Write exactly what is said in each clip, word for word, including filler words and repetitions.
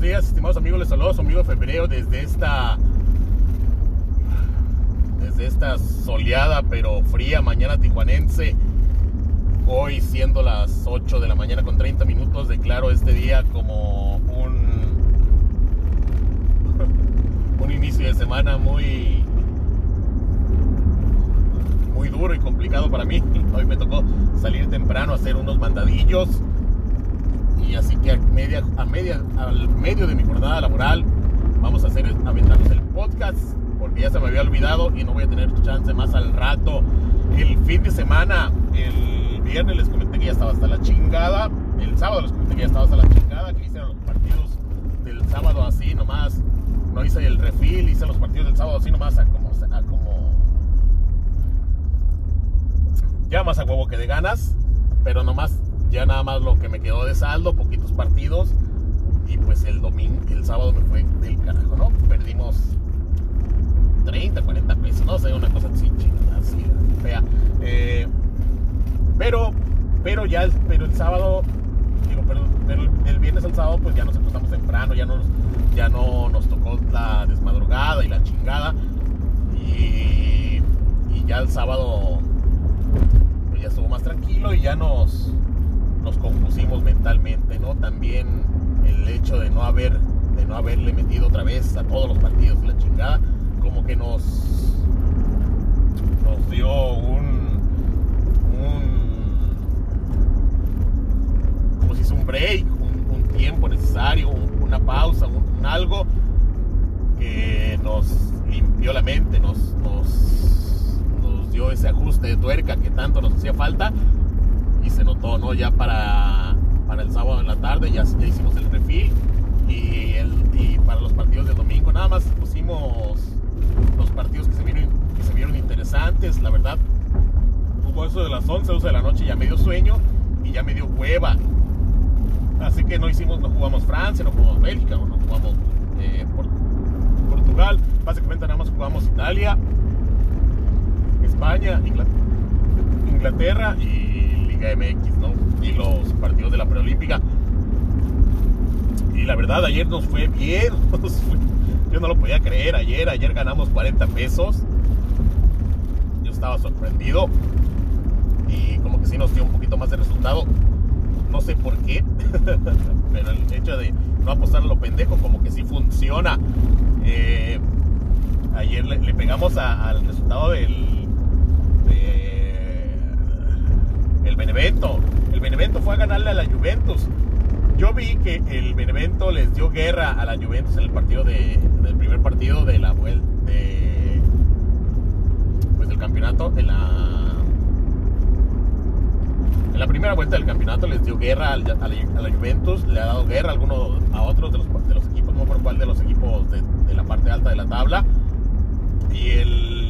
días, estimados amigos, les saludo a su amigo Febrero desde esta desde esta soleada pero fría mañana tijuanense. Hoy, siendo las ocho de la mañana con treinta minutos, declaro este día como un un inicio de semana muy muy duro y complicado para mí. Hoy me tocó salir temprano a hacer unos mandadillos. Y así que a media, a media, al medio de mi jornada laboral vamos a hacer aventarnos el podcast, porque ya se me había olvidado y no voy a tener chance más al rato. El fin de semana, el viernes les comenté que ya estaba hasta la chingada. El sábado les comenté que ya estaba hasta la chingada, que hice los partidos del sábado así nomás. No hice el refill, hice los partidos del sábado así nomás a como, a como ya más a huevo que de ganas, pero nomás ya nada más lo que me quedó de saldo, poquitos partidos. Y pues el domingo, el sábado me fue del carajo, ¿no? Perdimos treinta, cuarenta pesos, no sé, una cosa así chingada, así fea. Eh, pero, pero ya el, pero el sábado, digo, pero, pero el viernes al sábado pues ya nos acostamos temprano, ya no, ya no nos tocó la desmadrugada y la chingada. Y, y ya el sábado pues ya estuvo más tranquilo y ya nos... nos compusimos mentalmente, ¿no? También el hecho de no haber de no haberle metido otra vez a todos los partidos la chingada, como que nos nos dio un un como si es un break, un, un tiempo necesario, un, una pausa, un, un algo que nos limpió la mente, nos, nos nos dio ese ajuste de tuerca que tanto nos hacía falta. Y se notó, ¿no? Ya para, para el sábado en la tarde ya, ya hicimos el refill. Y, el, y para los partidos del domingo nada más pusimos los partidos que se vieron, que se vieron interesantes. La verdad, hubo eso de las once, doce de la noche, ya me dio sueño y ya me dio hueva. Así que no hicimos, no jugamos Francia, no jugamos Bélgica, no jugamos eh, Portugal. Básicamente nada más jugamos Italia, España, Inglaterra y Liga M X, ¿no? Y los partidos de la preolímpica. Y la verdad, ayer nos fue bien. Yo no lo podía creer. Ayer, ayer ganamos cuarenta pesos. Yo estaba sorprendido. Y como que sí nos dio un poquito más de resultado. No sé por qué. Pero el hecho de no apostar a lo pendejo, como que sí funciona. Eh, ayer le, le pegamos a, al resultado del el Benevento. El Benevento fue a ganarle a la Juventus. Yo vi que el Benevento les dio guerra a la Juventus en el partido de, del primer partido de la vuelta de, pues del campeonato, en la en la primera vuelta del campeonato les dio guerra a la, a la Juventus, le ha dado guerra a alguno a otros de los, de los equipos, no por cuál de los equipos de, de la parte alta de la tabla. Y el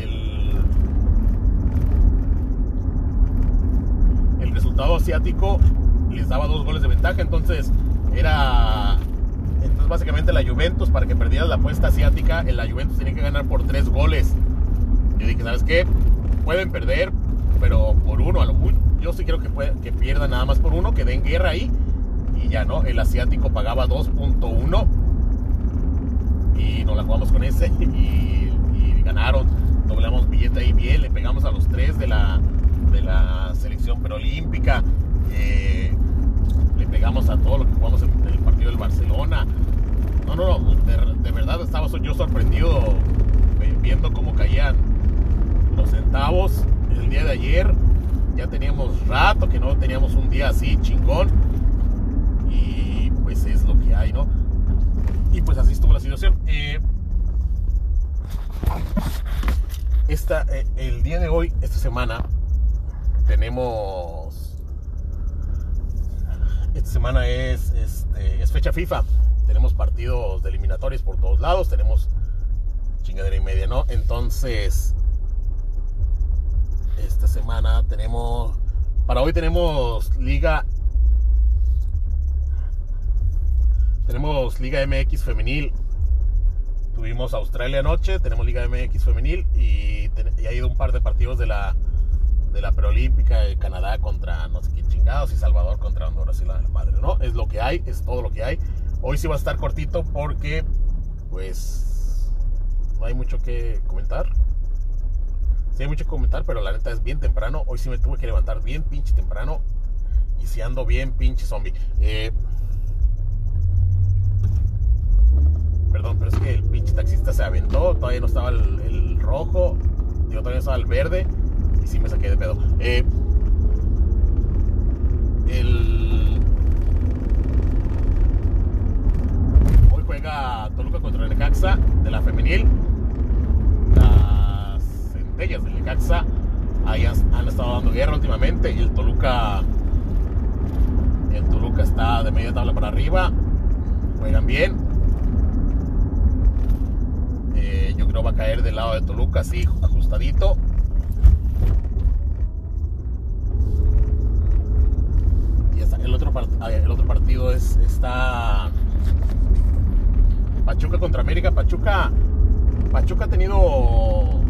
resultado asiático les daba dos goles de ventaja, entonces era entonces básicamente la Juventus, para que perdiera la apuesta asiática, en la Juventus tenía que ganar por tres goles. Yo dije, ¿sabes qué? Pueden perder, pero por uno a lo mucho. Yo sí creo que, puede, que pierdan nada más por uno, que den guerra ahí y ya, ¿no? El asiático pagaba dos punto uno y nos la jugamos con ese y, y ganaron. Doblamos billete ahí bien, le pegamos a los tres de la de la selección preolímpica, eh, le pegamos a todo lo que jugamos en, en el partido del Barcelona. No, no, no, de, de verdad estaba yo sorprendido viendo cómo caían los centavos el día de ayer. Ya teníamos rato que no teníamos un día así chingón y pues es lo que hay, ¿no? Y pues así estuvo la situación. Eh, esta, eh, el día de hoy, esta semana tenemos, esta semana es, este, es fecha FIFA. Tenemos partidos de eliminatorios por todos lados. Tenemos chingadera y media, ¿no? Entonces, esta semana tenemos, para hoy tenemos Liga, tenemos Liga M X femenil. Tuvimos Australia anoche, tenemos Liga M X femenil y, ten, y ha ido un par de partidos de la de la preolímpica, de Canadá contra no sé qué chingados y Salvador contra Honduras y la madre, ¿no? Es lo que hay, es todo lo que hay. Hoy sí va a estar cortito porque pues no hay mucho que comentar. Sí hay mucho que comentar, pero la neta es bien temprano. Hoy sí me tuve que levantar bien pinche temprano. Y si ando bien pinche zombie. Eh, perdón, pero es que el pinche taxista se aventó. Todavía no estaba el, el rojo. Digo, todavía no estaba el verde. Y sí me saqué de pedo. Eh, el... Hoy juega Toluca contra el Necaxa de la femenil. Las centellas del Necaxa ahí han, han estado dando guerra últimamente. Y el Toluca... El Toluca está de media tabla para arriba. Juegan bien. Eh, yo creo va a caer del lado de Toluca, así, ajustadito. Y está, el, otro part, el otro partido es está Pachuca contra América. Pachuca Pachuca ha tenido... Uh,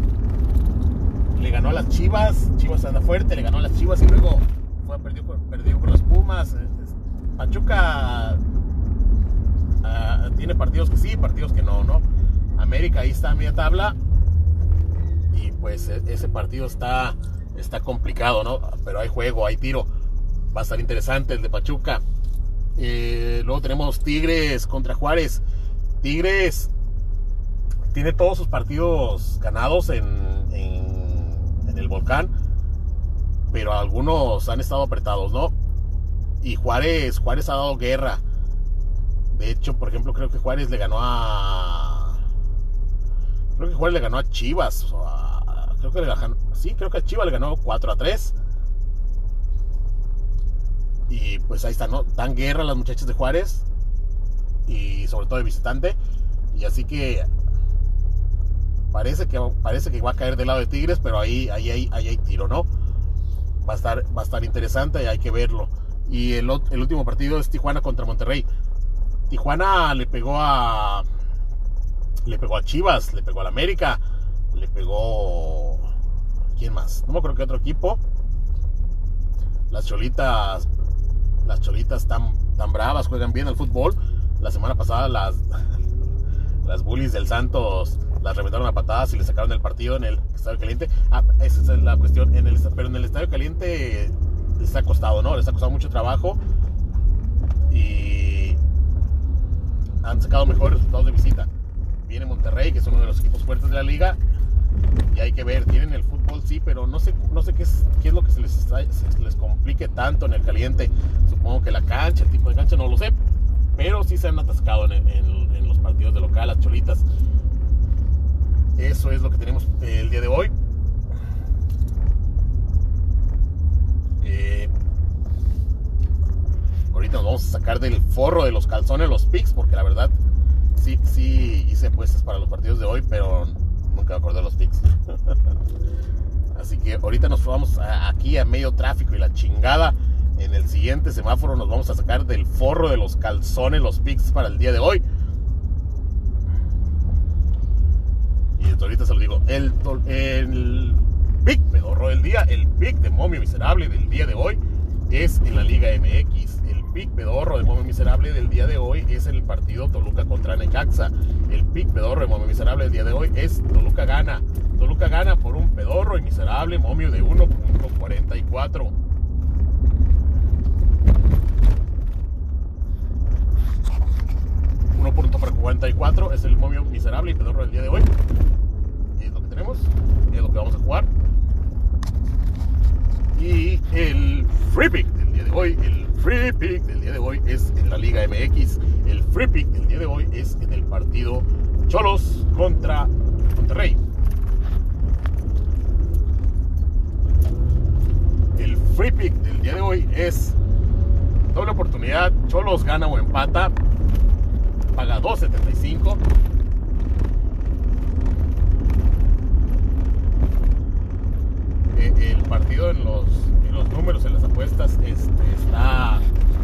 le ganó a las Chivas. Chivas anda fuerte, le ganó a las Chivas y luego... Fue, perdió, perdió con los Pumas. Pachuca uh, tiene partidos que sí, partidos que no, ¿no? América ahí está a media tabla y pues ese partido está, está complicado, ¿no? Pero hay juego, hay tiro. Va a estar interesante el de Pachuca. Eh, luego tenemos Tigres contra Juárez. Tigres tiene todos sus partidos ganados en, en, en el Volcán, pero algunos han estado apretados, ¿no? Y Juárez, Juárez ha dado guerra. De hecho, por ejemplo, creo que Juárez le ganó a... Creo que Juárez le ganó a Chivas. O a, creo que le ganó... Sí, creo que a Chivas le ganó cuatro a tres. Y pues ahí está, ¿no? Dan guerra a las muchachas de Juárez. Y sobre todo de visitante. Y así que... Parece que, parece que va a caer del lado de Tigres, pero ahí, ahí, ahí, ahí hay tiro, ¿no? Va a estar, va a estar interesante y hay que verlo. Y el, el último partido es Tijuana contra Monterrey. Tijuana le pegó a le pegó a Chivas, le pegó al América, le pegó... ¿Quién más? No me acuerdo qué otro equipo. Las Cholitas las Cholitas tan, tan bravas, juegan bien al fútbol. La semana pasada las las Bullies del Santos las reventaron a patadas y le sacaron el partido en el Estadio Caliente. Ah, esa es la cuestión. En el, pero en el Estadio Caliente les ha costado, ¿no? Les ha costado mucho trabajo y han sacado mejores resultados de visita. Viene Monterrey, que es uno de los equipos fuertes de la liga, y hay que ver, tienen el fútbol, sí, pero no sé, no sé qué es, qué es lo que se les, está, se les complique tanto en el Caliente. Supongo que la cancha, el tipo de cancha, no lo sé, pero sí se han atascado en, en, en los partidos de local, las Cholitas. Eso es lo que tenemos el día de hoy. Eh, ahorita nos vamos a sacar del forro de los calzones los picks, porque la verdad sí, sí hice puestas para los partidos de hoy, pero nunca me acordé de los picks. Así que ahorita nos vamos a, aquí a medio tráfico y la chingada. En el siguiente semáforo nos vamos a sacar del forro de los calzones los picks para el día de hoy. Y ahorita se lo digo, el, el pick pedorro del día, el pick de Momio Miserable del día de hoy es en la Liga M X. El pick pedorro de Momio Miserable del día de hoy es en el partido Toluca contra Necaxa. El pick pedorro de Momio Miserable del día de hoy es Toluca gana. Toluca gana por un pedorro y miserable momio de uno punto cuarenta y cuatro. uno punto cuarenta y cuatro es el momio miserable y pedorro del día de hoy. Es lo que tenemos, es lo que vamos a jugar. Y el free pick del día de hoy, el free pick del día de hoy es en la Liga M X. El free pick del día de hoy es en el partido Cholos contra Monterrey. El free pick del día de hoy es doble oportunidad, Cholos gana o empata, paga dos setenta y cinco. El partido en los, en los números, en las apuestas, este, está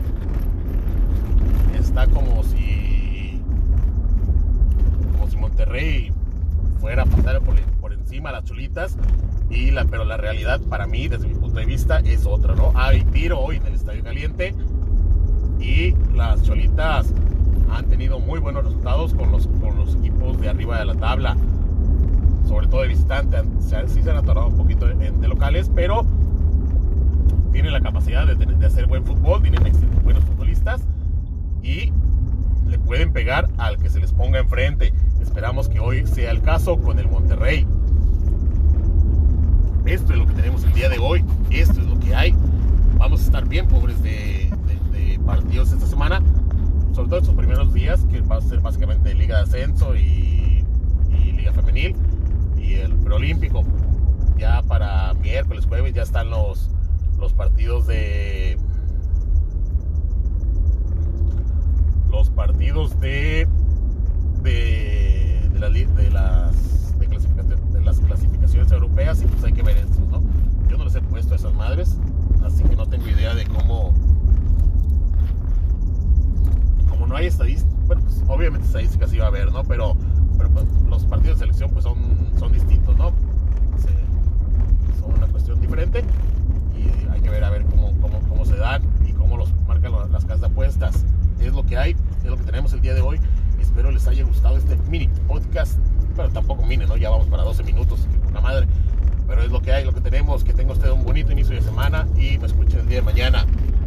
está como si como si Monterrey fuera a pasar por, por encima a las Cholitas, y la, pero la realidad para mí, desde mi punto de vista, es otra, ¿no? Hay tiro hoy en el Estadio Caliente y las Cholitas han tenido muy buenos resultados con los, con los equipos de arriba de la tabla, sobre todo de visitante. Sí se han atorado un poquito de, de locales, pero tienen la capacidad de, tener, de hacer buen fútbol, tienen buenos futbolistas y le pueden pegar al que se les ponga enfrente. Esperamos que hoy sea el caso con el Monterrey. Esto es lo que tenemos el día de hoy, esto es lo que hay. Vamos a estar bien pobres de, de, de partidos esta semana, sobre todo estos primeros días, que va a ser básicamente Liga de Ascenso y, y Liga Femenil y el Preolímpico. Ya para miércoles, jueves ya están los, los partidos de los partidos de de, de, la, de las de, clasificación, de las clasificaciones europeas, y pues hay que ver estos, ¿no? Yo no les he puesto a esas madres, así que no tengo idea de cómo, como no hay estadísticas. Bueno, pues obviamente estadísticas sí va a haber, ¿no? Pero, pero pues, los partidos de selección pues son, son distintos, ¿no? Se, son una cuestión diferente y hay que ver a ver cómo, cómo, cómo se dan y cómo los marcan las casas de apuestas. Es lo que hay, es lo que tenemos el día de hoy. Espero les haya gustado este mini podcast, pero tampoco mini, ¿no? Ya vamos para doce minutos, que poca madre. Pero es lo que hay, lo que tenemos. Que tenga usted un bonito inicio de semana y me escuchen el día de mañana.